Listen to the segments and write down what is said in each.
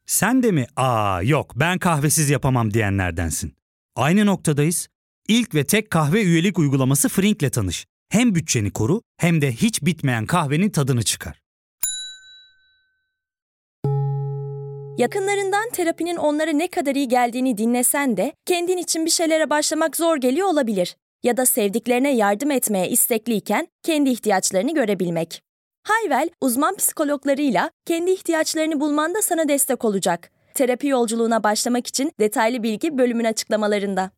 Sen de mi yok ben kahvesiz yapamam diyenlerdensin? Aynı noktadayız. İlk ve tek kahve üyelik uygulaması Frink'le tanış. Hem bütçeni koru hem de hiç bitmeyen kahvenin tadını çıkar. Yakınlarından terapinin onlara ne kadar iyi geldiğini dinlesen de kendin için bir şeylere başlamak zor geliyor olabilir. Ya da sevdiklerine yardım etmeye istekliyken kendi ihtiyaçlarını görebilmek. Hayvel, uzman psikologlarıyla kendi ihtiyaçlarını bulmanda sana destek olacak. Terapi yolculuğuna başlamak için detaylı bilgi bölümün açıklamalarında.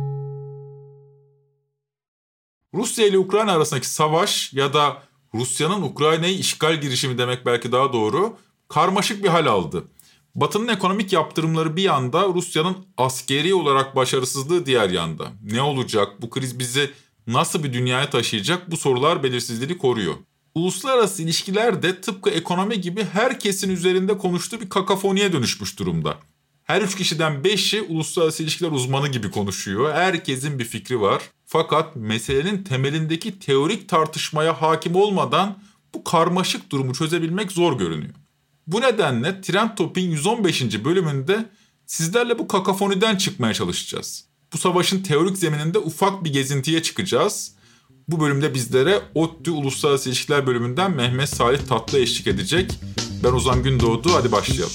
Rusya ile Ukrayna arasındaki savaş ya da Rusya'nın Ukrayna'yı işgal girişimi demek belki daha doğru, karmaşık bir hal aldı. Batı'nın ekonomik yaptırımları bir yanda, Rusya'nın askeri olarak başarısızlığı diğer yanda. Ne olacak? Bu kriz bizi nasıl bir dünyaya taşıyacak? Bu sorular belirsizliğini koruyor. Uluslararası ilişkiler de tıpkı ekonomi gibi herkesin üzerinde konuştuğu bir kakafoniye dönüşmüş durumda. Her 3 kişiden 5'i uluslararası ilişkiler uzmanı gibi konuşuyor. Herkesin bir fikri var. Fakat meselenin temelindeki teorik tartışmaya hakim olmadan bu karmaşık durumu çözebilmek zor görünüyor. Bu nedenle Trend Topik'in 115. bölümünde sizlerle bu kakafoniden çıkmaya çalışacağız. Bu savaşın teorik zemininde ufak bir gezintiye çıkacağız. Bu bölümde bizlere ODTÜ Uluslararası İlişkiler bölümünden Mehmet Salih Tatlı eşlik edecek. Ben Ozan Gündoğdu, hadi başlayalım.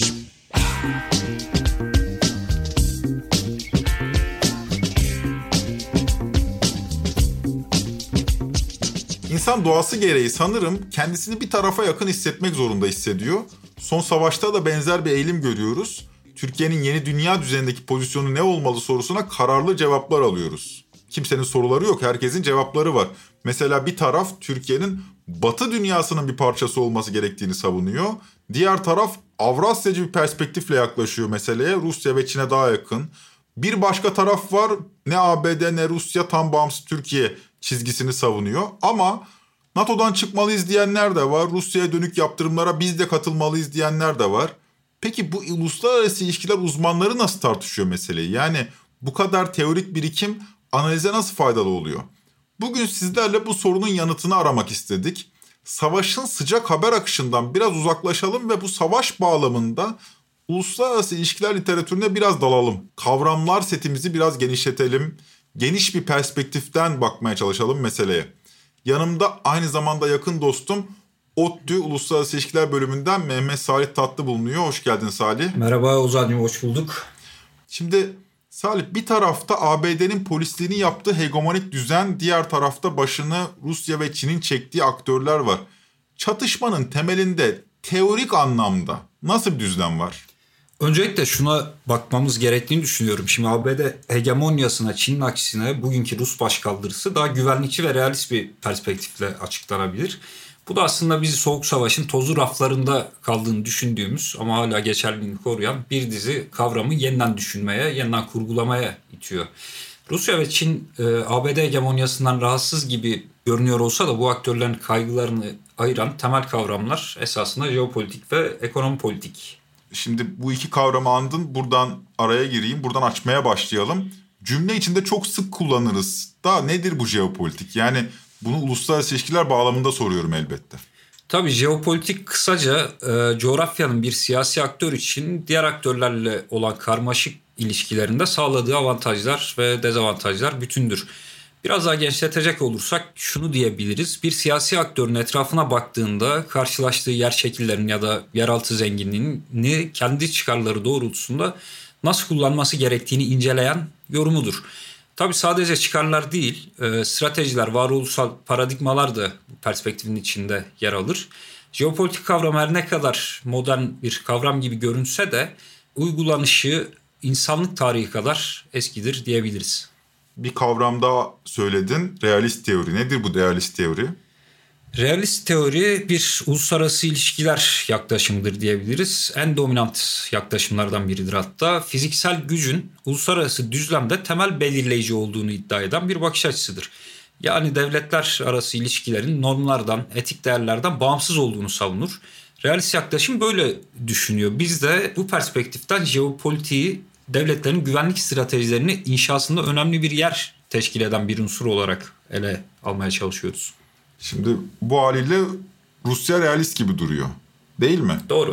İnsan doğası gereği sanırım kendisini bir tarafa yakın hissetmek zorunda hissediyor. Son savaşta da benzer bir eğilim görüyoruz. Türkiye'nin yeni dünya düzenindeki pozisyonu ne olmalı sorusuna kararlı cevaplar alıyoruz. Kimsenin soruları yok, herkesin cevapları var. Mesela bir taraf Türkiye'nin Batı dünyasının bir parçası olması gerektiğini savunuyor. Diğer taraf Avrasyacı bir perspektifle yaklaşıyor meseleye. Rusya ve Çin'e daha yakın. Bir başka taraf var, ne ABD ne Rusya, tam bağımsız Türkiye çizgisini savunuyor. Ama NATO'dan çıkmalıyız diyenler de var. Rusya'ya dönük yaptırımlara biz de katılmalıyız diyenler de var. Peki bu uluslararası ilişkiler uzmanları nasıl tartışıyor meseleyi? Yani bu kadar teorik birikim analize nasıl faydalı oluyor? Bugün sizlerle bu sorunun yanıtını aramak istedik. Savaşın sıcak haber akışından biraz uzaklaşalım ve bu savaş bağlamında uluslararası ilişkiler literatürüne biraz dalalım. Kavramlar setimizi biraz genişletelim. Geniş bir perspektiften bakmaya çalışalım meseleye. Yanımda aynı zamanda yakın dostum ODTÜ Uluslararası İlişkiler bölümünden Mehmet Salih Tatlı bulunuyor. Hoş geldin Salih. Merhaba Ozan'cığım, hoş bulduk. Şimdi Salih, bir tarafta ABD'nin polisliğini yaptığı hegemonik düzen, diğer tarafta başını Rusya ve Çin'in çektiği aktörler var. Çatışmanın temelinde teorik anlamda nasıl bir düzlem var? Öncelikle şuna bakmamız gerektiğini düşünüyorum. Şimdi ABD hegemonyasına, Çin'in aksine bugünkü Rus başkaldırısı daha güvenlikçi ve realist bir perspektifle açıklanabilir. Bu da aslında bizi Soğuk Savaş'ın tozu raflarında kaldığını düşündüğümüz ama hala geçerliliğini koruyan bir dizi kavramı yeniden düşünmeye, yeniden kurgulamaya itiyor. Rusya ve Çin ABD hegemonyasından rahatsız gibi görünüyor olsa da bu aktörlerin kaygılarını ayıran temel kavramlar esasında jeopolitik ve ekonomi politik. Şimdi bu iki kavramı andın, buradan araya gireyim, buradan açmaya başlayalım. Cümle içinde çok sık kullanırız. Da nedir bu jeopolitik? Yani bunu uluslararası ilişkiler bağlamında soruyorum elbette. Tabii jeopolitik kısaca coğrafyanın bir siyasi aktör için diğer aktörlerle olan karmaşık ilişkilerinde sağladığı avantajlar ve dezavantajlar bütündür. Biraz daha genişletecek olursak şunu diyebiliriz. Bir siyasi aktörün etrafına baktığında karşılaştığı yer şekillerinin ya da yeraltı zenginliğini kendi çıkarları doğrultusunda nasıl kullanması gerektiğini inceleyen yorumudur. Tabii sadece çıkarlar değil, stratejiler, varoluşsal paradigmalar da bu perspektifin içinde yer alır. Jeopolitik kavram her ne kadar modern bir kavram gibi görünse de uygulanışı insanlık tarihi kadar eskidir diyebiliriz. Bir kavram daha söyledin, realist teori. Nedir bu realist teori? Realist teori bir uluslararası ilişkiler yaklaşımıdır diyebiliriz. En dominant yaklaşımlardan biridir hatta. Fiziksel gücün uluslararası düzlemde temel belirleyici olduğunu iddia eden bir bakış açısıdır. Yani devletler arası ilişkilerin normlardan, etik değerlerden bağımsız olduğunu savunur. Realist yaklaşım böyle düşünüyor. Biz de bu perspektiften jeopolitiği devletlerin güvenlik stratejilerini inşasında önemli bir yer teşkil eden bir unsur olarak ele almaya çalışıyoruz. Şimdi bu haliyle Rusya realist gibi duruyor, değil mi? Doğru.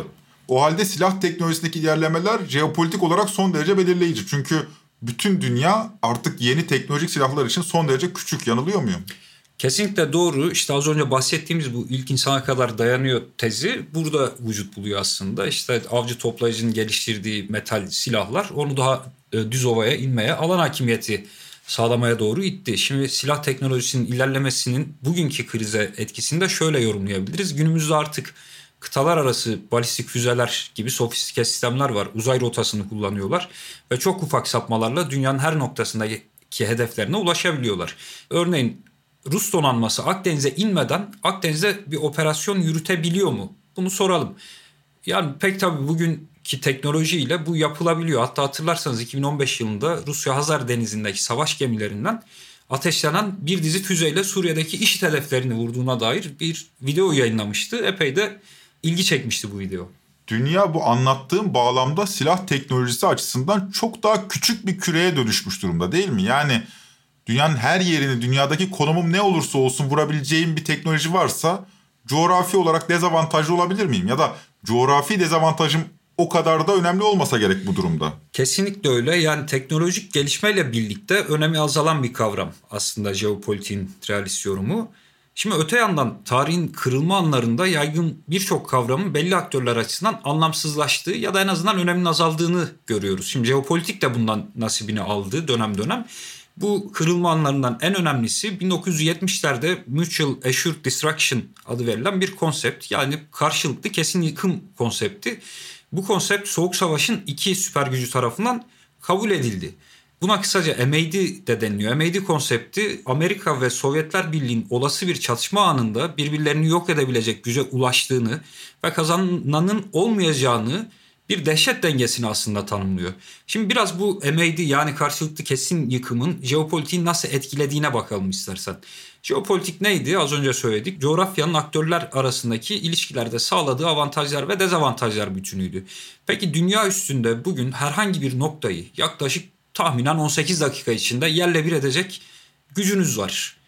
O halde silah teknolojisindeki ilerlemeler jeopolitik olarak son derece belirleyici. Çünkü bütün dünya artık yeni teknolojik silahlar için son derece küçük. Yanılıyor muyum? Kesinlikle doğru. İşte az önce bahsettiğimiz bu ilk insana kadar dayanıyor tezi burada vücut buluyor aslında. İşte avcı toplayıcının geliştirdiği metal silahlar onu daha düz ovaya inmeye, alan hakimiyeti sağlamaya doğru itti. Şimdi silah teknolojisinin ilerlemesinin bugünkü krize etkisini de şöyle yorumlayabiliriz. Günümüzde artık kıtalar arası balistik füzeler gibi sofistike sistemler var. Uzay rotasını kullanıyorlar ve çok ufak sapmalarla dünyanın her noktasındaki hedeflerine ulaşabiliyorlar. Örneğin Rus donanması Akdeniz'e inmeden Akdeniz'de bir operasyon yürütebiliyor mu? Bunu soralım. Yani pek tabii bugünkü teknolojiyle bu yapılabiliyor. Hatta hatırlarsanız 2015 yılında Rusya Hazar Denizi'ndeki savaş gemilerinden ateşlenen bir dizi füzeyle Suriye'deki IŞİD hedeflerini vurduğuna dair bir video yayınlamıştı. Epey de ilgi çekmişti bu video. Dünya bu anlattığım bağlamda silah teknolojisi açısından çok daha küçük bir küreye dönüşmüş durumda değil mi? Yani dünyanın her yerini, dünyadaki konumum ne olursa olsun vurabileceğim bir teknoloji varsa coğrafi olarak dezavantajlı olabilir miyim? Ya da coğrafi dezavantajım o kadar da önemli olmasa gerek bu durumda. Kesinlikle öyle. Yani teknolojik gelişmeyle birlikte önemi azalan bir kavram aslında jeopolitiğin realist yorumu. Şimdi öte yandan tarihin kırılma anlarında yaygın birçok kavramın belli aktörler açısından anlamsızlaştığı ya da en azından öneminin azaldığını görüyoruz. Şimdi jeopolitik de bundan nasibini aldı dönem dönem. Bu kırılma anlarından en önemlisi 1970'lerde Mutual Assured Destruction adı verilen bir konsept. Yani karşılıklı kesin yıkım konsepti. Bu konsept Soğuk Savaş'ın iki süper gücü tarafından kabul edildi. Buna kısaca MAD de deniliyor. MAD konsepti Amerika ve Sovyetler Birliği'nin olası bir çatışma anında birbirlerini yok edebilecek güce ulaştığını ve kazananın olmayacağını bir dehşet dengesini aslında tanımlıyor. Şimdi biraz bu MAD yani karşılıklı kesin yıkımın jeopolitiği nasıl etkilediğine bakalım istersen. Jeopolitik neydi? Az önce söyledik. Coğrafyanın aktörler arasındaki ilişkilerde sağladığı avantajlar ve dezavantajlar bütünüydü. Peki dünya üstünde bugün herhangi bir noktayı yaklaşık tahminen 18 dakika içinde yerle bir edecek gücünüz var.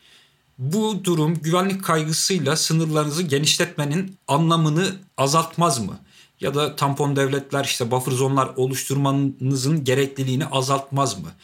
Bu durum güvenlik kaygısıyla sınırlarınızı genişletmenin anlamını azaltmaz mı? Ya da tampon devletler işte buffer zonlar oluşturmanızın gerekliliğini azaltmaz mı?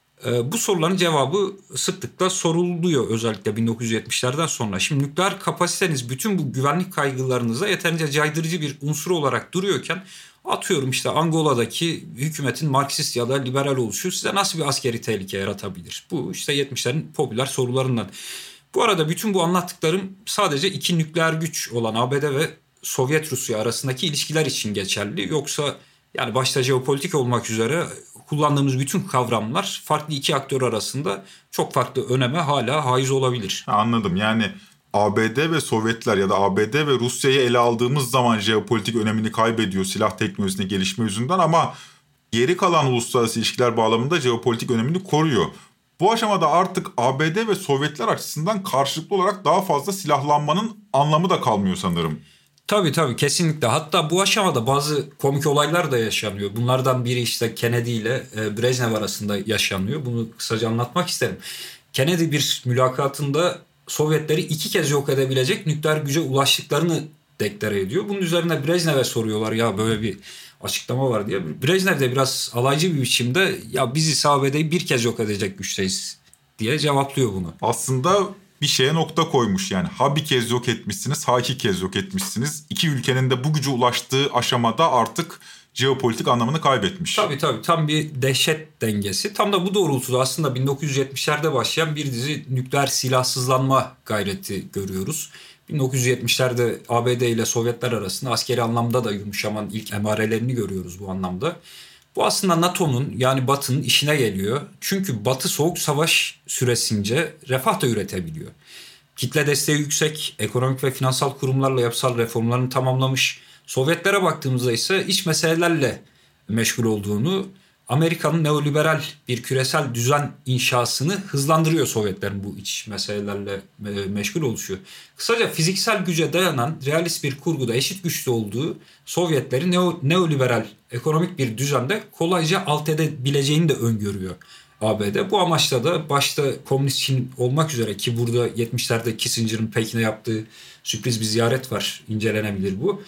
Bu soruların cevabı sıklıkla soruluyor özellikle 1970'lerden sonra. Şimdi nükleer kapasiteniz bütün bu güvenlik kaygılarınıza yeterince caydırıcı bir unsur olarak duruyorken atıyorum işte Angola'daki hükümetin Marksist ya da liberal oluşu size nasıl bir askeri tehlike yaratabilir? Bu işte 70'lerin popüler sorularından. Bu arada bütün bu anlattıklarım sadece iki nükleer güç olan ABD ve Sovyet Rusya arasındaki ilişkiler için geçerli. Yoksa yani başta jeopolitik olmak üzere kullandığımız bütün kavramlar farklı iki aktör arasında çok farklı öneme hala haiz olabilir. Anladım. Yani ABD ve Sovyetler ya da ABD ve Rusya'yı ele aldığımız zaman jeopolitik önemini kaybediyor silah teknolojisinde gelişme yüzünden ama geri kalan uluslararası ilişkiler bağlamında jeopolitik önemini koruyor. Bu aşamada artık ABD ve Sovyetler açısından karşılıklı olarak daha fazla silahlanmanın anlamı da kalmıyor sanırım. Tabii kesinlikle. Hatta bu aşamada bazı komik olaylar da yaşanıyor. Bunlardan biri işte Kennedy ile Brejnev arasında yaşanıyor. Bunu kısaca anlatmak isterim. Kennedy bir mülakatında Sovyetleri 2 kez yok edebilecek nükleer güce ulaştıklarını deklare ediyor. Bunun üzerine Brejnev'e soruyorlar ya böyle bir açıklama var diye. Brejnev de biraz alaycı bir biçimde ya biz ABD'yi bir kez yok edecek güçteyiz diye cevaplıyor bunu. Aslında bir şeye nokta koymuş yani. Ha bir kez yok etmişsiniz, ha 2 kez yok etmişsiniz. İki ülkenin de bu gücü ulaştığı aşamada artık jeopolitik anlamını kaybetmiş. Tabii tam bir dehşet dengesi. Tam da bu doğrultuda aslında 1970'lerde başlayan bir dizi nükleer silahsızlanma gayreti görüyoruz. 1970'lerde ABD ile Sovyetler arasında askeri anlamda da yumuşamanın ilk emarelerini görüyoruz bu anlamda. Bu aslında NATO'nun yani Batı'nın işine geliyor. Çünkü Batı Soğuk Savaş süresince refah da üretebiliyor. Kitle desteği yüksek, ekonomik ve finansal kurumlarla yapısal reformlarını tamamlamış. Sovyetlere baktığımızda ise iç meselelerle meşgul olduğunu, Amerika'nın neoliberal bir küresel düzen inşasını hızlandırıyor Sovyetlerin bu iç meselelerle meşgul oluşu. Kısaca fiziksel güce dayanan realist bir kurguda eşit güçlü olduğu Sovyetleri neoliberal ekonomik bir düzende kolayca alt edebileceğini de öngörüyor ABD. Bu amaçla da başta Komünist Çin olmak üzere ki burada 70'lerde Kissinger'ın Pekin'e yaptığı sürpriz bir ziyaret var, incelenebilir bu.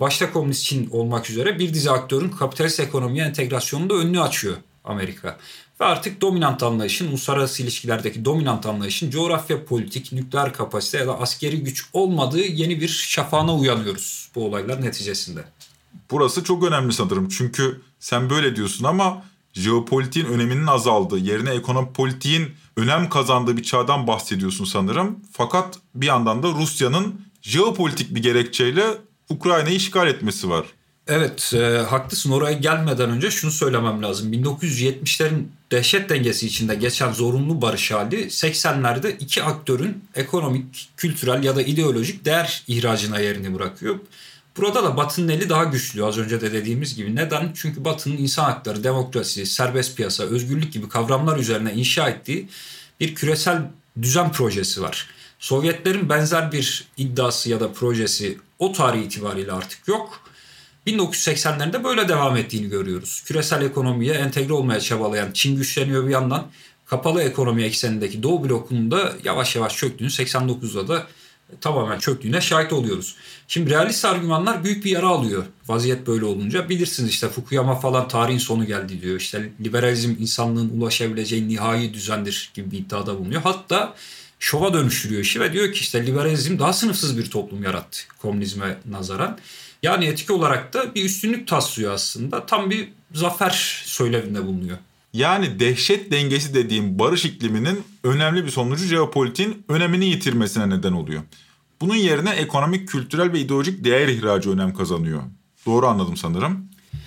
başta Komünist Çin olmak üzere bir dizi aktörün kapitalist ekonomiye entegrasyonunu da önünü açıyor Amerika. Ve artık dominant anlayışın, uluslararası ilişkilerdeki dominant anlayışın coğrafya, politik, nükleer kapasite ya da askeri güç olmadığı yeni bir şafağına uyanıyoruz bu olaylar neticesinde. Burası çok önemli sanırım. Çünkü sen böyle diyorsun ama jeopolitiğin öneminin azaldığı, yerine ekonomi politiğin önem kazandığı bir çağdan bahsediyorsun sanırım. Fakat bir yandan da Rusya'nın jeopolitik bir gerekçeyle Ukrayna'yı işgal etmesi var. Evet, haklısın. Oraya gelmeden önce şunu söylemem lazım. 1970'lerin dehşet dengesi içinde geçen zorunlu barış hali 80'lerde iki aktörün ekonomik, kültürel ya da ideolojik değer ihracına yerini bırakıyor. Burada da Batı'nın eli daha güçlü, az önce de dediğimiz gibi. Neden? Çünkü Batı'nın insan hakları, demokrasi, serbest piyasa, özgürlük gibi kavramlar üzerine inşa ettiği bir küresel düzen projesi var. Sovyetlerin benzer bir iddiası ya da projesi o tarih itibariyle artık yok. 1980'lerinde böyle devam ettiğini görüyoruz. Küresel ekonomiye entegre olmaya çabalayan Çin güçleniyor bir yandan. Kapalı ekonomi eksenindeki Doğu blokunun da yavaş yavaş çöktüğünü, 89'da da tamamen çöktüğüne şahit oluyoruz. Şimdi realist argümanlar büyük bir yara alıyor vaziyet böyle olunca. Bilirsiniz işte Fukuyama falan tarihin sonu geldi diyor. İşte liberalizm insanlığın ulaşabileceği nihai düzendir gibi bir iddiada bulunuyor. Hatta şova dönüştürüyor işi ve diyor ki işte liberalizm daha sınıfsız bir toplum yarattı komünizme nazaran. Yani etik olarak da bir üstünlük taslıyor aslında. Tam bir zafer söyleminde bulunuyor. Yani dehşet dengesi dediğim barış ikliminin önemli bir sonucu jeopolitiğin önemini yitirmesine neden oluyor. Bunun yerine ekonomik, kültürel ve ideolojik değer ihracı önem kazanıyor. Doğru anladım sanırım.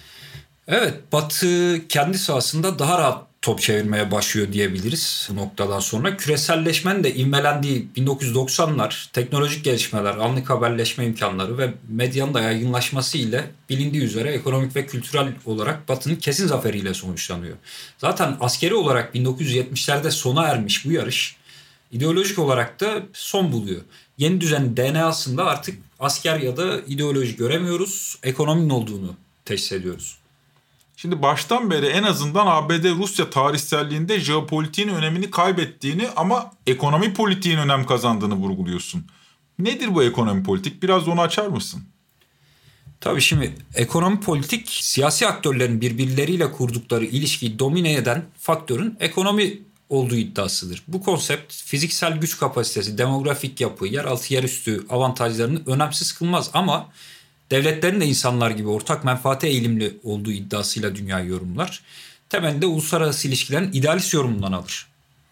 Evet, Batı kendi sahasında daha rahat top çevirmeye başlıyor diyebiliriz bu noktadan sonra. Küreselleşmenin de ivmelendiği 1990'lar, teknolojik gelişmeler, anlık haberleşme imkanları ve medyanın da yaygınlaşması ile bilindiği üzere ekonomik ve kültürel olarak Batı'nın kesin zaferiyle sonuçlanıyor. Zaten askeri olarak 1970'lerde sona ermiş bu yarış, ideolojik olarak da son buluyor. Yeni düzenin DNA'sında artık asker ya da ideoloji göremiyoruz, ekonominin olduğunu teşhis ediyoruz. Şimdi baştan beri en azından ABD-Rusya tarihselliğinde jeopolitiğin önemini kaybettiğini ama ekonomi politiğin önem kazandığını vurguluyorsun. Nedir bu ekonomi politik? Biraz onu açar mısın? Tabii şimdi ekonomi politik siyasi aktörlerin birbirleriyle kurdukları ilişkiyi domine eden faktörün ekonomi olduğu iddiasıdır. Bu konsept fiziksel güç kapasitesi, demografik yapı, yeraltı yerüstü avantajlarını önemsiz kılmaz ama devletlerin de insanlar gibi ortak menfaate eğilimli olduğu iddiasıyla dünyayı yorumlar. Temelinde uluslararası ilişkilerin idealist yorumundan alır.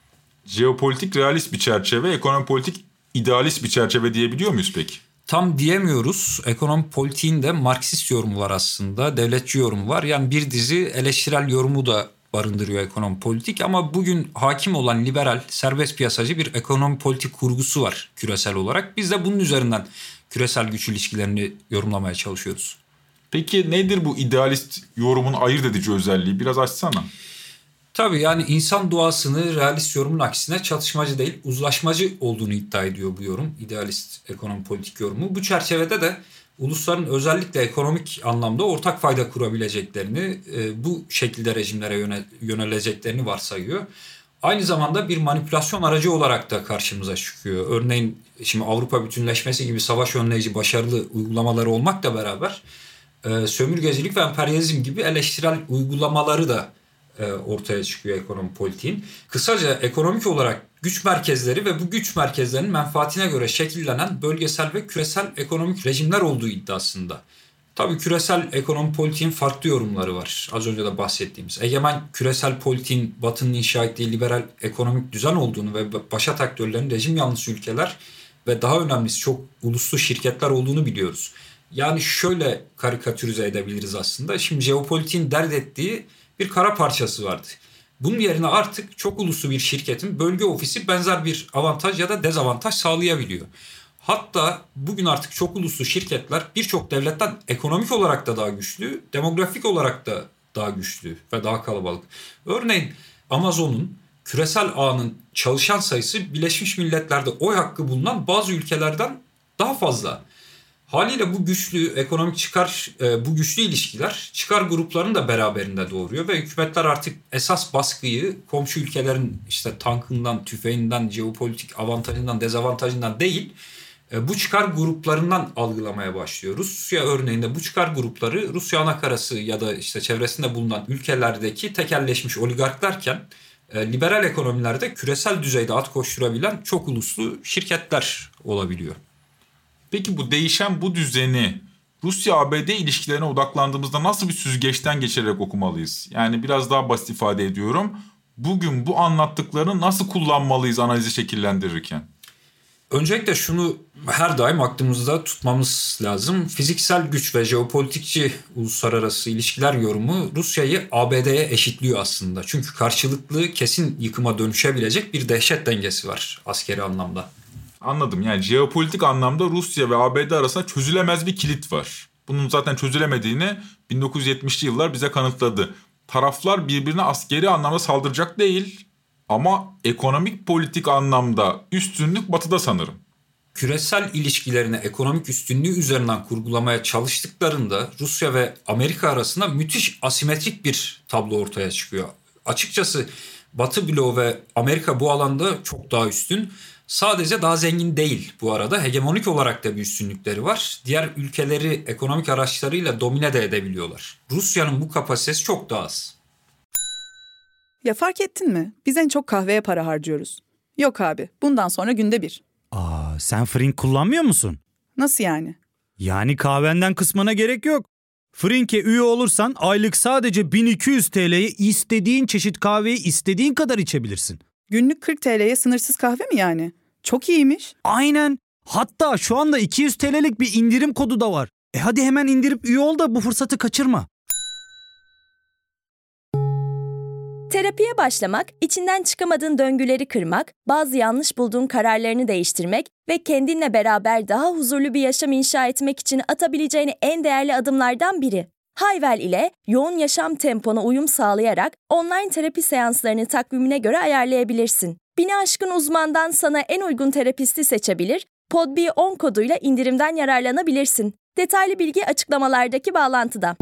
Jeopolitik realist bir çerçeve, ekonomi politik idealist bir çerçeve diyebiliyor muyuz peki? Tam diyemiyoruz. Ekonomi politiğin de Marksist yorumu var aslında, devletçi yorumu var. Yani bir dizi eleştirel yorumu da barındırıyor ekonomi politik ama bugün hakim olan liberal, serbest piyasacı bir ekonomi politik kurgusu var küresel olarak. Biz de bunun üzerinden küresel güç ilişkilerini yorumlamaya çalışıyoruz. Peki nedir bu idealist yorumun ayırt edici özelliği? Biraz açsana. Tabii yani insan doğasını realist yorumun aksine çatışmacı değil uzlaşmacı olduğunu iddia ediyor bu yorum. İdealist ekonomi politik yorumu. Bu çerçevede de ulusların özellikle ekonomik anlamda ortak fayda kurabileceklerini, bu şekilde rejimlere yöneleceklerini varsayıyor. Aynı zamanda bir manipülasyon aracı olarak da karşımıza çıkıyor. Örneğin şimdi Avrupa bütünleşmesi gibi savaş önleyici başarılı uygulamaları olmakla beraber sömürgecilik ve emperyalizm gibi eleştirel uygulamaları da ortaya çıkıyor ekonomi politiğin. Kısaca ekonomik olarak güç merkezleri ve bu güç merkezlerinin menfaatine göre şekillenen bölgesel ve küresel ekonomik rejimler olduğu iddiasında. Tabii küresel ekonomi politiğin farklı yorumları var. Az önce de bahsettiğimiz. Egemen küresel politiğin Batı'nın inşa ettiği liberal ekonomik düzen olduğunu ve başat aktörlerin rejim yanlısı ülkeler ve daha önemlisi çok uluslu şirketler olduğunu biliyoruz. Yani şöyle karikatürize edebiliriz aslında. Şimdi jeopolitiğin dert ettiği bir kara parçası vardı. Bunun yerine artık çok uluslu bir şirketin bölge ofisi benzer bir avantaj ya da dezavantaj sağlayabiliyor. Hatta bugün artık çok uluslu şirketler birçok devletten ekonomik olarak da daha güçlü, demografik olarak da daha güçlü ve daha kalabalık. Örneğin Amazon'un küresel ağının çalışan sayısı Birleşmiş Milletler'de oy hakkı bulunan bazı ülkelerden daha fazla. Haliyle bu güçlü ekonomik çıkar, bu güçlü ilişkiler çıkar gruplarını da beraberinde doğuruyor ve hükümetler artık esas baskıyı komşu ülkelerin işte tankından, tüfeğinden, jeopolitik avantajından, dezavantajından değil, Bu çıkar gruplarından algılamaya başlıyor. Rusya örneğinde bu çıkar grupları Rusya anakarası ya da işte çevresinde bulunan ülkelerdeki tekelleşmiş oligarklarken liberal ekonomilerde küresel düzeyde at koşturabilen çok uluslu şirketler olabiliyor. Peki bu değişen bu düzeni Rusya-ABD ilişkilerine odaklandığımızda nasıl bir süzgeçten geçerek okumalıyız? Yani biraz daha basit ifade ediyorum. Bugün bu anlattıklarını nasıl kullanmalıyız analizi şekillendirirken? Öncelikle şunu her daim aklımızda tutmamız lazım. Fiziksel güç ve jeopolitikçi uluslararası ilişkiler yorumu Rusya'yı ABD'ye eşitliyor aslında. Çünkü karşılıklı kesin yıkıma dönüşebilecek bir dehşet dengesi var askeri anlamda. Anladım. Yani jeopolitik anlamda Rusya ve ABD arasında çözülemez bir kilit var. Bunun zaten çözülemediğini 1970'li yıllar bize kanıtladı. Taraflar birbirine askeri anlamda saldıracak değil ama ekonomik politik anlamda üstünlük batıda sanırım. Küresel ilişkilerini ekonomik üstünlüğü üzerinden kurgulamaya çalıştıklarında Rusya ve Amerika arasında müthiş asimetrik bir tablo ortaya çıkıyor. Açıkçası Batı bloğu ve Amerika bu alanda çok daha üstün. Sadece daha zengin değil bu arada. Hegemonik olarak da bir üstünlükleri var. Diğer ülkeleri ekonomik araçlarıyla domine de edebiliyorlar. Rusya'nın bu kapasitesi çok daha az. Ya fark ettin mi? Biz en çok kahveye para harcıyoruz. Yok abi, bundan sonra günde bir. Sen Frink kullanmıyor musun? Nasıl yani? Yani kahvenden kısmına gerek yok. Frink'e üye olursan aylık sadece 1200 TL'ye istediğin çeşit kahveyi istediğin kadar içebilirsin. Günlük 40 TL'ye sınırsız kahve mi yani? Çok iyiymiş. Aynen. Hatta şu anda 200 TL'lik bir indirim kodu da var. Hadi hemen indirip üye ol da bu fırsatı kaçırma. Terapiye başlamak, içinden çıkamadığın döngüleri kırmak, bazı yanlış bulduğun kararlarını değiştirmek ve kendinle beraber daha huzurlu bir yaşam inşa etmek için atabileceğin en değerli adımlardan biri. Hayvel ile yoğun yaşam tempona uyum sağlayarak online terapi seanslarını takvimine göre ayarlayabilirsin. 1000'i aşkın uzmandan sana en uygun terapisti seçebilir, PodB10 koduyla indirimden yararlanabilirsin. Detaylı bilgi açıklamalardaki bağlantıda.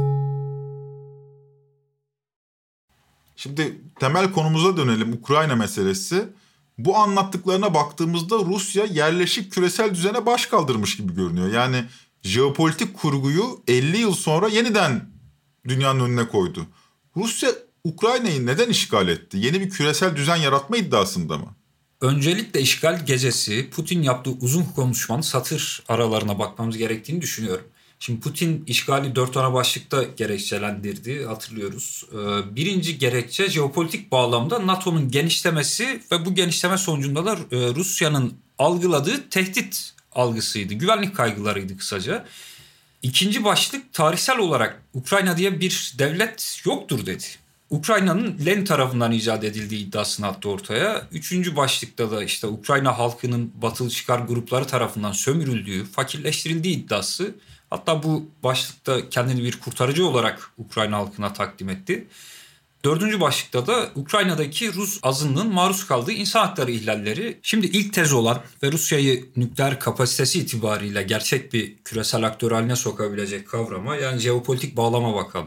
Şimdi temel konumuza dönelim, Ukrayna meselesi. Bu anlattıklarına baktığımızda Rusya yerleşik küresel düzene baş kaldırmış gibi görünüyor. Yani jeopolitik kurguyu 50 yıl sonra yeniden dünyanın önüne koydu. Rusya Ukrayna'yı neden işgal etti? Yeni bir küresel düzen yaratma iddiasında mı? Öncelikle işgal gecesi Putin yaptığı uzun konuşmanın satır aralarına bakmamız gerektiğini düşünüyorum. Şimdi Putin işgali 4 ana başlıkta gerekçelendirdi, hatırlıyoruz. Birinci gerekçe jeopolitik bağlamda NATO'nun genişlemesi ve bu genişleme sonucunda da Rusya'nın algıladığı tehdit algısıydı. Güvenlik kaygılarıydı kısaca. İkinci başlık tarihsel olarak Ukrayna diye bir devlet yoktur dedi. Ukrayna'nın Lenin tarafından icat edildiği iddiasını attı ortaya. Üçüncü başlıkta da işte Ukrayna halkının batılı çıkar grupları tarafından sömürüldüğü, fakirleştirildiği iddiası. Hatta bu başlıkta kendini bir kurtarıcı olarak Ukrayna halkına takdim etti. Dördüncü başlıkta da Ukrayna'daki Rus azınlığın maruz kaldığı insan hakları ihlalleri. Şimdi ilk tez olan ve Rusya'yı nükleer kapasitesi itibariyle gerçek bir küresel aktör haline sokabilecek kavrama, yani jeopolitik bağlama bakalım.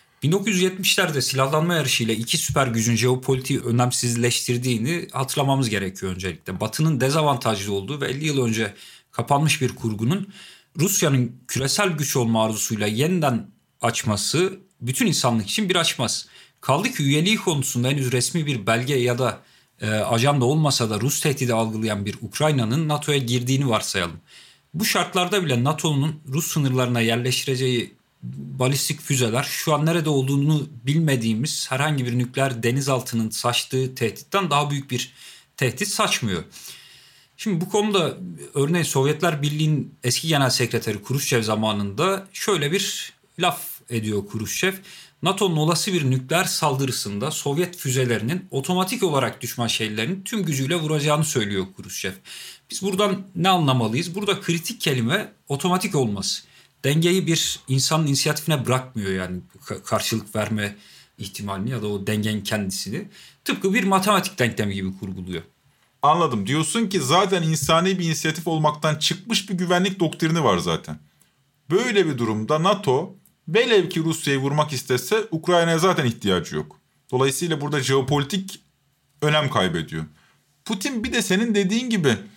1970'lerde silahlanma yarışıyla iki süper gücün jeopolitiği önemsizleştirdiğini hatırlamamız gerekiyor öncelikle. Batı'nın dezavantajlı olduğu ve 50 yıl önce kapanmış bir kurgunun Rusya'nın küresel güç olma arzusuyla yeniden açması bütün insanlık için bir açmaz. Kaldı ki üyeliği konusunda henüz resmi bir belge ya da ajanda olmasa da Rus tehdidi algılayan bir Ukrayna'nın NATO'ya girdiğini varsayalım. Bu şartlarda bile NATO'nun Rus sınırlarına yerleştireceği balistik füzeler şu an nerede olduğunu bilmediğimiz herhangi bir nükleer denizaltının saçtığı tehditten daha büyük bir tehdit saçmıyor. Şimdi bu konuda örneğin Sovyetler Birliği'nin eski genel sekreteri Kruşçev zamanında şöyle bir laf ediyor Kruşçev. NATO'nun olası bir nükleer saldırısında Sovyet füzelerinin otomatik olarak düşman şehirlerini tüm gücüyle vuracağını söylüyor Kruşçev. Biz buradan ne anlamalıyız? Burada kritik kelime otomatik olması. Dengeyi bir insanın inisiyatifine bırakmıyor, yani karşılık verme ihtimalini ya da o dengenin kendisini. Tıpkı bir matematik denklemi gibi kurguluyor. Anladım. Diyorsun ki zaten insani bir inisiyatif olmaktan çıkmış bir güvenlik doktrini var zaten. Böyle bir durumda NATO velev ki Rusya'yı vurmak istese Ukrayna'ya zaten ihtiyacı yok. Dolayısıyla burada jeopolitik önem kaybediyor. Putin bir de senin dediğin gibi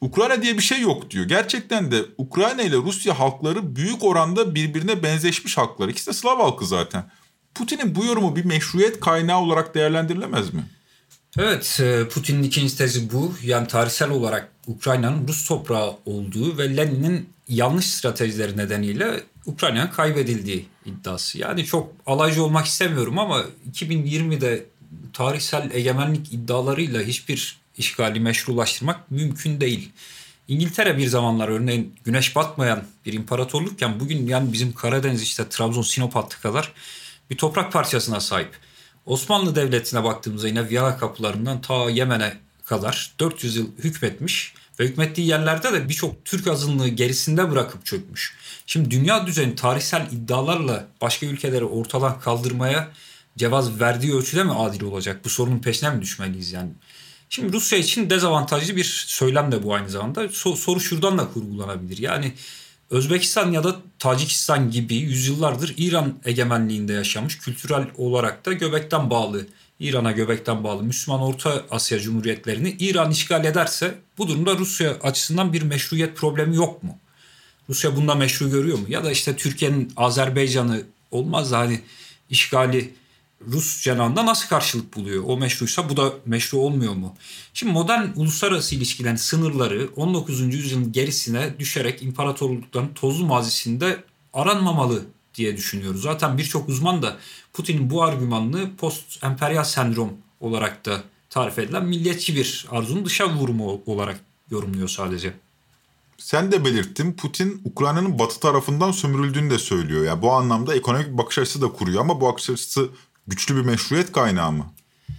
Ukrayna diye bir şey yok diyor. Gerçekten de Ukrayna ile Rusya halkları büyük oranda birbirine benzeşmiş halklar. İkisi de Slav halkı zaten. Putin'in bu yorumu bir meşruiyet kaynağı olarak değerlendirilemez mi? Evet, Putin'in ikinci tezi bu. Yani tarihsel olarak Ukrayna'nın Rus toprağı olduğu ve Lenin'in yanlış stratejileri nedeniyle Ukrayna'nın kaybedildiği iddiası. Yani çok alaycı olmak istemiyorum ama 2020'de tarihsel egemenlik iddialarıyla hiçbir işgali meşrulaştırmak mümkün değil. İngiltere bir zamanlar örneğin güneş batmayan bir imparatorlukken bugün yani bizim Karadeniz işte Trabzon, Sinop hattı kadar bir toprak parçasına sahip. Osmanlı Devleti'ne baktığımızda yine Viyana kapılarından ta Yemen'e kadar 400 yıl hükmetmiş ve hükmettiği yerlerde de birçok Türk azınlığı gerisinde bırakıp çökmüş. Şimdi dünya düzeni tarihsel iddialarla başka ülkeleri ortadan kaldırmaya cevaz verdiği ölçüde mi adil olacak? Bu sorunun peşine mi düşmeliyiz yani? Şimdi Rusya için dezavantajlı bir söylem de bu aynı zamanda. Soru şuradan da kurgulanabilir. Yani Özbekistan ya da Tacikistan gibi yüzyıllardır İran egemenliğinde yaşamış, kültürel olarak da göbekten bağlı, İran'a göbekten bağlı Müslüman Orta Asya Cumhuriyetlerini İran işgal ederse bu durumda Rusya açısından bir meşruiyet problemi yok mu? Rusya bunda meşru görüyor mu? Ya da işte Türkiye'nin Azerbaycan'ı olmaz da hani işgali Rus cenahında nasıl karşılık buluyor? O meşruysa bu da meşru olmuyor mu? Şimdi modern uluslararası ilişkilerin sınırları 19. yüzyılın gerisine düşerek imparatorlukların tozlu mazisinde aranmamalı diye düşünüyoruz. Zaten birçok uzman da Putin'in bu argümanını post-emperyal sendrom olarak da tarif edilen milliyetçi bir arzunun dışa vurumu olarak yorumluyor sadece. Sen de belirttin, Putin Ukrayna'nın batı tarafından sömürüldüğünü de söylüyor. Yani bu anlamda ekonomik bir bakış açısı da kuruyor ama bu bakış açısı güçlü bir meşruiyet kaynağı mı?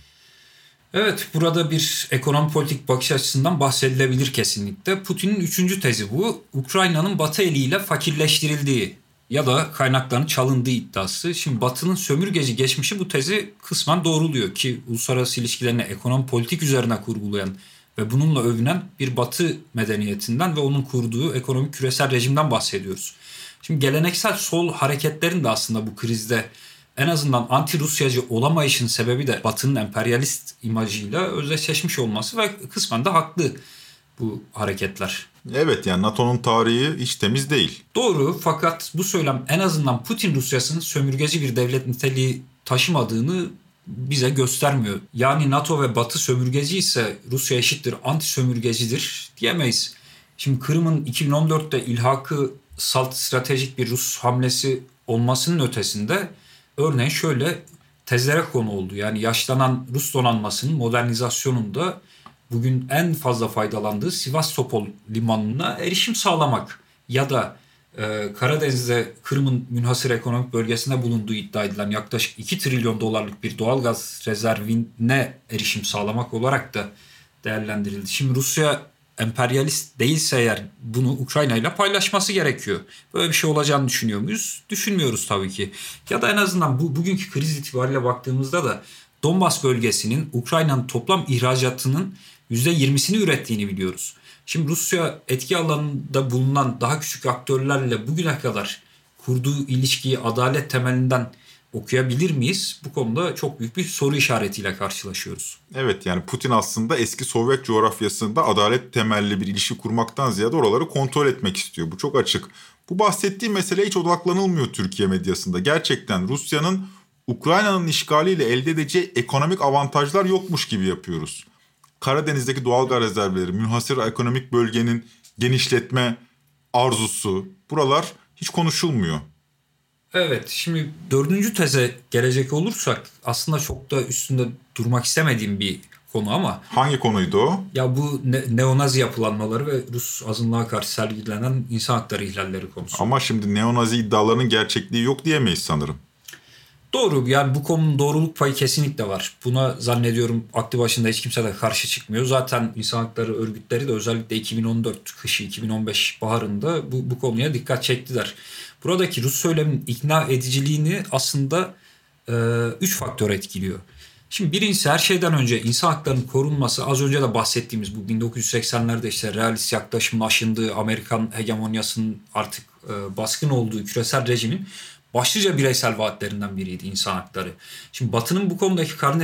Evet, burada bir ekonomi politik bakış açısından bahsedilebilir kesinlikle. Putin'in üçüncü tezi bu. Ukrayna'nın Batı eliyle fakirleştirildiği ya da kaynakların çalındığı iddiası. Şimdi Batı'nın sömürgeci geçmişi bu tezi kısmen doğruluyor ki uluslararası ilişkilerini ekonomi politik üzerine kurgulayan ve bununla övünen bir Batı medeniyetinden ve onun kurduğu ekonomik küresel rejimden bahsediyoruz. Şimdi geleneksel sol hareketlerin de aslında bu krizde en azından anti-Rusyacı olamayışın sebebi de Batı'nın emperyalist imajıyla özdeşleşmiş olması ve kısmen de haklı bu hareketler. Evet, yani NATO'nun tarihi hiç temiz değil. Doğru, fakat bu söylem en azından Putin Rusyası'nın sömürgeci bir devlet niteliği taşımadığını bize göstermiyor. Yani NATO ve Batı sömürgeci ise Rusya eşittir anti sömürgecidir diyemeyiz. Şimdi Kırım'ın 2014'te ilhakı salt stratejik bir Rus hamlesi olmasının ötesinde örneğin şöyle tezlere konu oldu. Yani yaşlanan Rus donanmasının modernizasyonunda bugün en fazla faydalandığı Sivastopol limanına erişim sağlamak ya da Karadeniz'de Kırım'ın münhasır ekonomik bölgesinde bulunduğu iddia edilen yaklaşık 2 trilyon dolarlık bir doğalgaz rezervine erişim sağlamak olarak da değerlendirildi. Şimdi Rusya emperyalist değilse eğer bunu Ukrayna ile paylaşması gerekiyor. Böyle bir şey olacağını düşünüyor muyuz? Düşünmüyoruz tabii ki. Ya da en azından bugünkü kriz itibariyle baktığımızda da Donbas bölgesinin Ukrayna'nın toplam ihracatının %20'sini ürettiğini biliyoruz. Şimdi Rusya etki alanında bulunan daha küçük aktörlerle bugüne kadar kurduğu ilişkiyi adalet temelinden okuyabilir miyiz? Bu konuda çok büyük bir soru işaretiyle karşılaşıyoruz. Evet, yani Putin aslında eski Sovyet coğrafyasında adalet temelli bir ilişki kurmaktan ziyade oraları kontrol etmek istiyor. Bu çok açık. Bu bahsettiğim meseleye hiç odaklanılmıyor Türkiye medyasında. Gerçekten Rusya'nın Ukrayna'nın işgaliyle elde edeceği ekonomik avantajlar yokmuş gibi yapıyoruz. Karadeniz'deki doğalgaz rezervleri, münhasır ekonomik bölgenin genişletme arzusu, buralar hiç konuşulmuyor. Evet, şimdi dördüncü teze gelecek olursak aslında çok da üstünde durmak istemediğim bir konu ama. Hangi konuydu o? Ya bu neonazi yapılanmaları ve Rus azınlığa karşı sergilenen insan hakları ihlalleri konusu. Ama şimdi neonazi iddialarının gerçekliği yok diyemeyiz sanırım. Doğru, yani bu konunun doğruluk payı kesinlikle var. Buna zannediyorum aklı başında hiç kimse de karşı çıkmıyor. Zaten insan hakları örgütleri de özellikle 2014 kışı 2015 baharında bu konuya dikkat çektiler. Buradaki Rus söylemin ikna ediciliğini aslında 3 faktör etkiliyor. Şimdi birincisi her şeyden önce insan haklarının korunması, az önce de bahsettiğimiz bu 1980'lerde işte realist yaklaşımın aşındığı, Amerikan hegemonyasının artık baskın olduğu küresel rejimin başlıca bireysel vaatlerinden biriydi insan hakları. Şimdi Batı'nın bu konudaki karnesi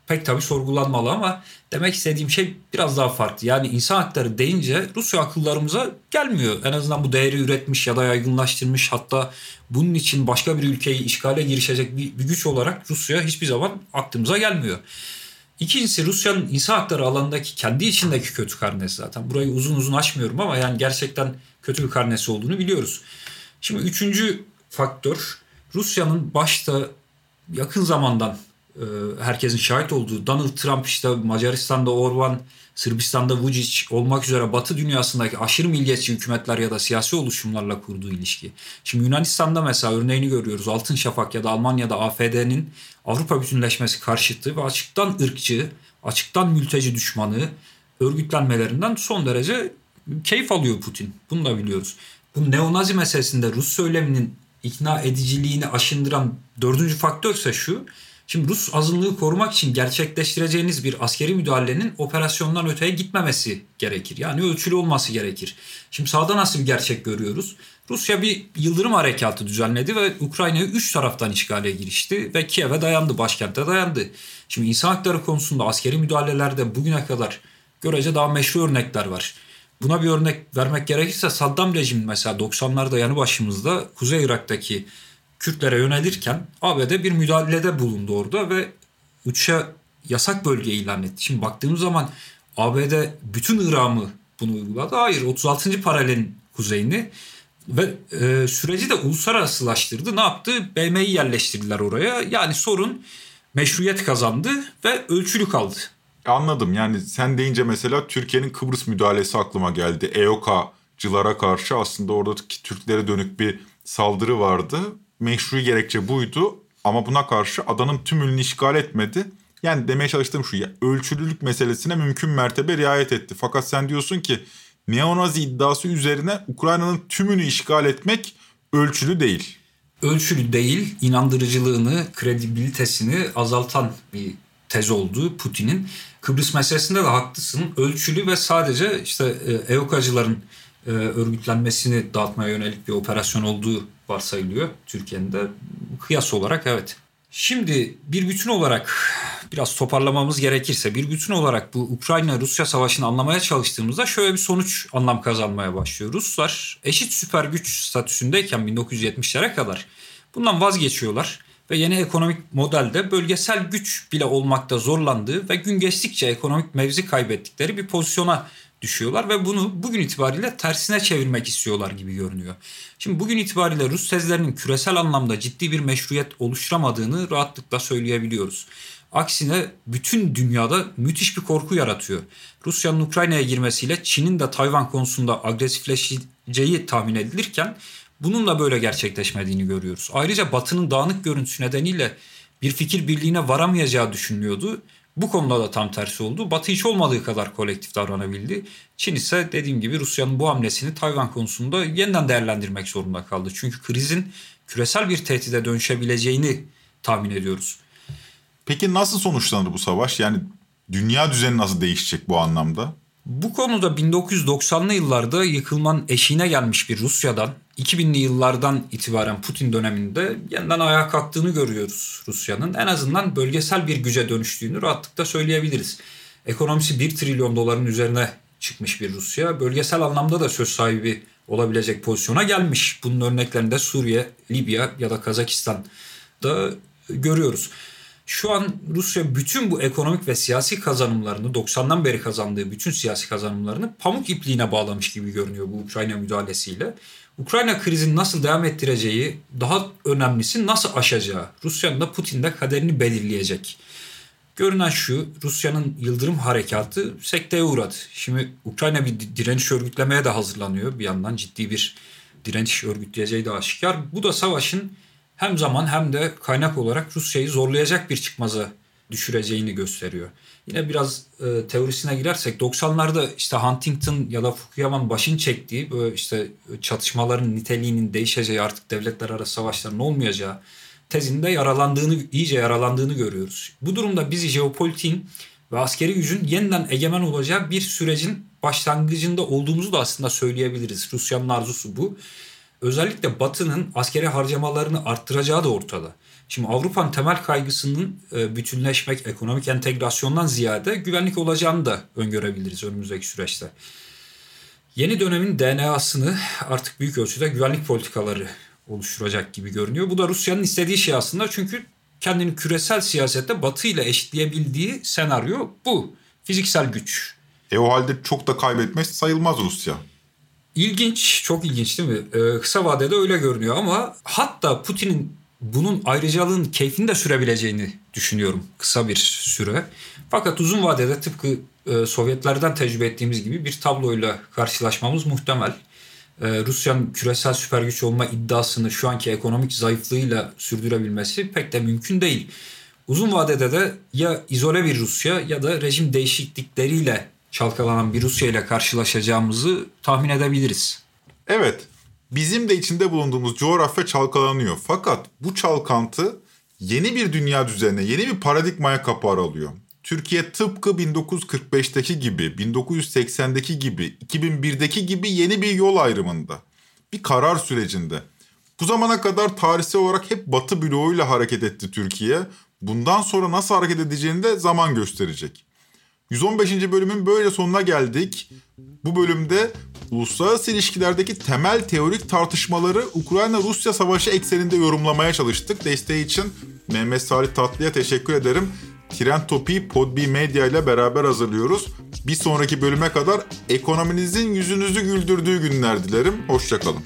pek tabii sorgulanmalı ama demek istediğim şey biraz daha farklı. Yani insan hakları deyince Rusya akıllarımıza gelmiyor. En azından bu değeri üretmiş ya da yaygınlaştırmış, hatta bunun için başka bir ülkeyi işgale girişecek bir güç olarak Rusya hiçbir zaman aklımıza gelmiyor. İkincisi, Rusya'nın insan hakları alanındaki kendi içindeki kötü karnesi zaten. Burayı uzun uzun açmıyorum ama yani gerçekten kötü bir karnesi olduğunu biliyoruz. Şimdi üçüncü faktör, Rusya'nın başta yakın zamandan herkesin şahit olduğu Donald Trump, işte Macaristan'da Orban, Sırbistan'da Vučić olmak üzere Batı dünyasındaki aşırı milliyetçi hükümetler ya da siyasi oluşumlarla kurduğu ilişki. Şimdi Yunanistan'da mesela örneğini görüyoruz. Altın Şafak ya da Almanya'da AfD'nin Avrupa bütünleşmesi karşıtı ve açıktan ırkçı, açıktan mülteci düşmanı örgütlenmelerinden son derece keyif alıyor Putin. Bunu da biliyoruz. Bu neonazi meselesinde Rus söyleminin ikna ediciliğini aşındıran dördüncü faktör ise şu: şimdi Rus azınlığı korumak için gerçekleştireceğiniz bir askeri müdahalenin operasyondan öteye gitmemesi gerekir. Yani ölçülü olması gerekir. Şimdi sahada nasıl bir gerçek görüyoruz? Rusya bir yıldırım harekatı düzenledi ve Ukrayna'yı 3 taraftan işgale girişti ve Kiev'e dayandı, başkente dayandı. Şimdi insan hakları konusunda askeri müdahalelerde bugüne kadar görece daha meşru örnekler var. Buna bir örnek vermek gerekirse Saddam rejimi mesela 90'larda yanı başımızda Kuzey Irak'taki Kürtlere yönelirken ABD bir müdahalede bulundu orada ve uçuşa yasak bölge ilan etti. Şimdi baktığımız zaman ABD bütün Irak'ı mı bunu uyguladı? Hayır, 36. paralelin kuzeyini ve süreci de uluslararasılaştırdı. Ne yaptı? BM'yi yerleştirdiler oraya. Yani sorun meşruiyet kazandı ve ölçülü kaldı. Anladım. Yani sen deyince mesela Türkiye'nin Kıbrıs müdahalesi aklıma geldi. EOKA'cılara karşı aslında oradaki Türklere dönük bir saldırı vardı. Meşru gerekçe buydu ama buna karşı adanın tümünü işgal etmedi. Yani demeye çalıştığım şu: ya, ölçülülük meselesine mümkün mertebe riayet etti. Fakat sen diyorsun ki neonazi iddiası üzerine Ukrayna'nın tümünü işgal etmek ölçülü değil. Ölçülü değil, inandırıcılığını, kredibilitesini azaltan bir tez oldu Putin'in. Kıbrıs meselesinde de haklısın. Ölçülü ve sadece işte EOKA'cıların örgütlenmesini dağıtmaya yönelik bir operasyon olduğu varsayılıyor Türkiye'nin de. Kıyas olarak evet. Şimdi bir bütün olarak biraz toparlamamız gerekirse, bir bütün olarak bu Ukrayna-Rusya savaşını anlamaya çalıştığımızda şöyle bir sonuç anlam kazanmaya başlıyor. Ruslar eşit süper güç statüsündeyken 1970'lere kadar bundan vazgeçiyorlar ve yeni ekonomik modelde bölgesel güç bile olmakta zorlandığı ve gün geçtikçe ekonomik mevzi kaybettikleri bir pozisyona düşüyorlar ve bunu bugün itibariyle tersine çevirmek istiyorlar gibi görünüyor. Şimdi bugün itibariyle Rus tezlerinin küresel anlamda ciddi bir meşruiyet oluşturamadığını rahatlıkla söyleyebiliyoruz. Aksine bütün dünyada müthiş bir korku yaratıyor. Rusya'nın Ukrayna'ya girmesiyle Çin'in de Tayvan konusunda agresifleşeceği tahmin edilirken bunun da böyle gerçekleşmediğini görüyoruz. Ayrıca Batı'nın dağınık görüntüsü nedeniyle bir fikir birliğine varamayacağı düşünülüyordu. Bu konuda da tam tersi oldu. Batı hiç olmadığı kadar kolektif davranabildi. Çin ise dediğim gibi Rusya'nın bu hamlesini Tayvan konusunda yeniden değerlendirmek zorunda kaldı. Çünkü krizin küresel bir tehdide dönüşebileceğini tahmin ediyoruz. Peki nasıl sonuçlanır bu savaş? Yani dünya düzeni nasıl değişecek bu anlamda? Bu konuda 1990'lı yıllarda yıkılmanın eşiğine gelmiş bir Rusya'dan 2000'li yıllardan itibaren Putin döneminde yeniden ayağa kalktığını görüyoruz Rusya'nın. En azından bölgesel bir güce dönüştüğünü rahatlıkla söyleyebiliriz. Ekonomisi 1 trilyon doların üzerine çıkmış bir Rusya. Bölgesel anlamda da söz sahibi olabilecek pozisyona gelmiş. Bunun örneklerini de Suriye, Libya ya da Kazakistan'da görüyoruz. Şu an Rusya bütün bu ekonomik ve siyasi kazanımlarını, 90'dan beri kazandığı bütün siyasi kazanımlarını pamuk ipliğine bağlamış gibi görünüyor bu Ukrayna müdahalesiyle. Ukrayna krizini nasıl devam ettireceği, daha önemlisi nasıl aşacağı, Rusya'nın da Putin'in de kaderini belirleyecek. Görünen şu: Rusya'nın yıldırım harekatı sekteye uğradı. Şimdi Ukrayna bir direniş örgütlemeye de hazırlanıyor. Bir yandan ciddi bir direniş örgütleyeceği de aşikar. Bu da savaşın hem zaman hem de kaynak olarak Rusya'yı zorlayacak bir çıkmaza düşüreceğini gösteriyor. Yine biraz teorisine girersek 90'larda işte Huntington ya da Fukuyama'nın başını çektiği böyle işte çatışmaların niteliğinin değişeceği, artık devletler arası savaşların olmayacağı tezinde iyice yaralandığını görüyoruz. Bu durumda bizi jeopolitiğin ve askeri gücün yeniden egemen olacağı bir sürecin başlangıcında olduğumuzu da aslında söyleyebiliriz. Rusya'nın arzusu bu. özellikle Batı'nın askeri harcamalarını arttıracağı da ortada. Şimdi Avrupa'nın temel kaygısının bütünleşmek, ekonomik entegrasyondan ziyade güvenlik olacağını da öngörebiliriz önümüzdeki süreçte. Yeni dönemin DNA'sını artık büyük ölçüde güvenlik politikaları oluşturacak gibi görünüyor. Bu da Rusya'nın istediği şey aslında, çünkü kendini küresel siyasette Batı ile eşitleyebildiği senaryo bu. Fiziksel güç. O halde çok da kaybetmez sayılmaz Rusya. İlginç, çok ilginç değil mi? Kısa vadede öyle görünüyor ama hatta Putin'in bunun ayrıcalığın keyfini de sürebileceğini düşünüyorum kısa bir süre. Fakat uzun vadede tıpkı Sovyetlerden tecrübe ettiğimiz gibi bir tabloyla karşılaşmamız muhtemel. Rusya'nın küresel süper güç olma iddiasını şu anki ekonomik zayıflığıyla sürdürebilmesi pek de mümkün değil. Uzun vadede de ya izole bir Rusya ya da rejim değişiklikleriyle çalkalanan bir Rusya ile karşılaşacağımızı tahmin edebiliriz. Evet, bizim de içinde bulunduğumuz coğrafya çalkalanıyor. Fakat bu çalkantı yeni bir dünya düzenine, yeni bir paradigmaya kapı aralıyor. Türkiye tıpkı 1945'teki gibi, 1980'deki gibi, 2001'deki gibi yeni bir yol ayrımında. Bir karar sürecinde. Bu zamana kadar tarihsel olarak hep Batı bloğuyla hareket etti Türkiye. Bundan sonra nasıl hareket edeceğini de zaman gösterecek. 115. bölümün böyle sonuna geldik. Bu bölümde uluslararası ilişkilerdeki temel teorik tartışmaları Ukrayna-Rusya savaşı ekseninde yorumlamaya çalıştık. Desteği için Mehmet Salih Tatlı'ya teşekkür ederim. Trend Topi'yi Podbi Medya ile beraber hazırlıyoruz. Bir sonraki bölüme kadar ekonominizin yüzünüzü güldürdüğü günler dilerim. Hoşçakalın.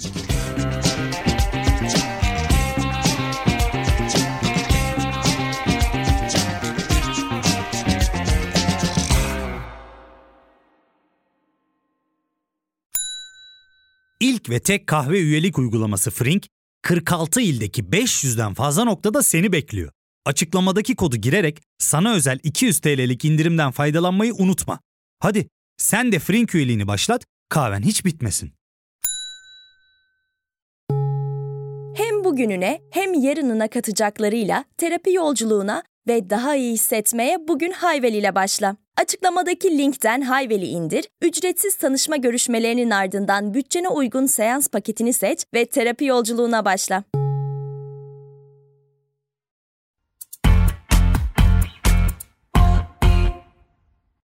İlk ve tek kahve üyelik uygulaması Frink, 46 ildeki 500'den fazla noktada seni bekliyor. Açıklamadaki kodu girerek sana özel 200 TL'lik indirimden faydalanmayı unutma. Hadi sen de Frink üyeliğini başlat, kahven hiç bitmesin. Hem bugününe hem yarınına katacaklarıyla terapi yolculuğuna ve daha iyi hissetmeye bugün Hayvel ile başla. Açıklamadaki linkten Hayvel'i indir, ücretsiz tanışma görüşmelerinin ardından bütçene uygun seans paketini seç ve terapi yolculuğuna başla.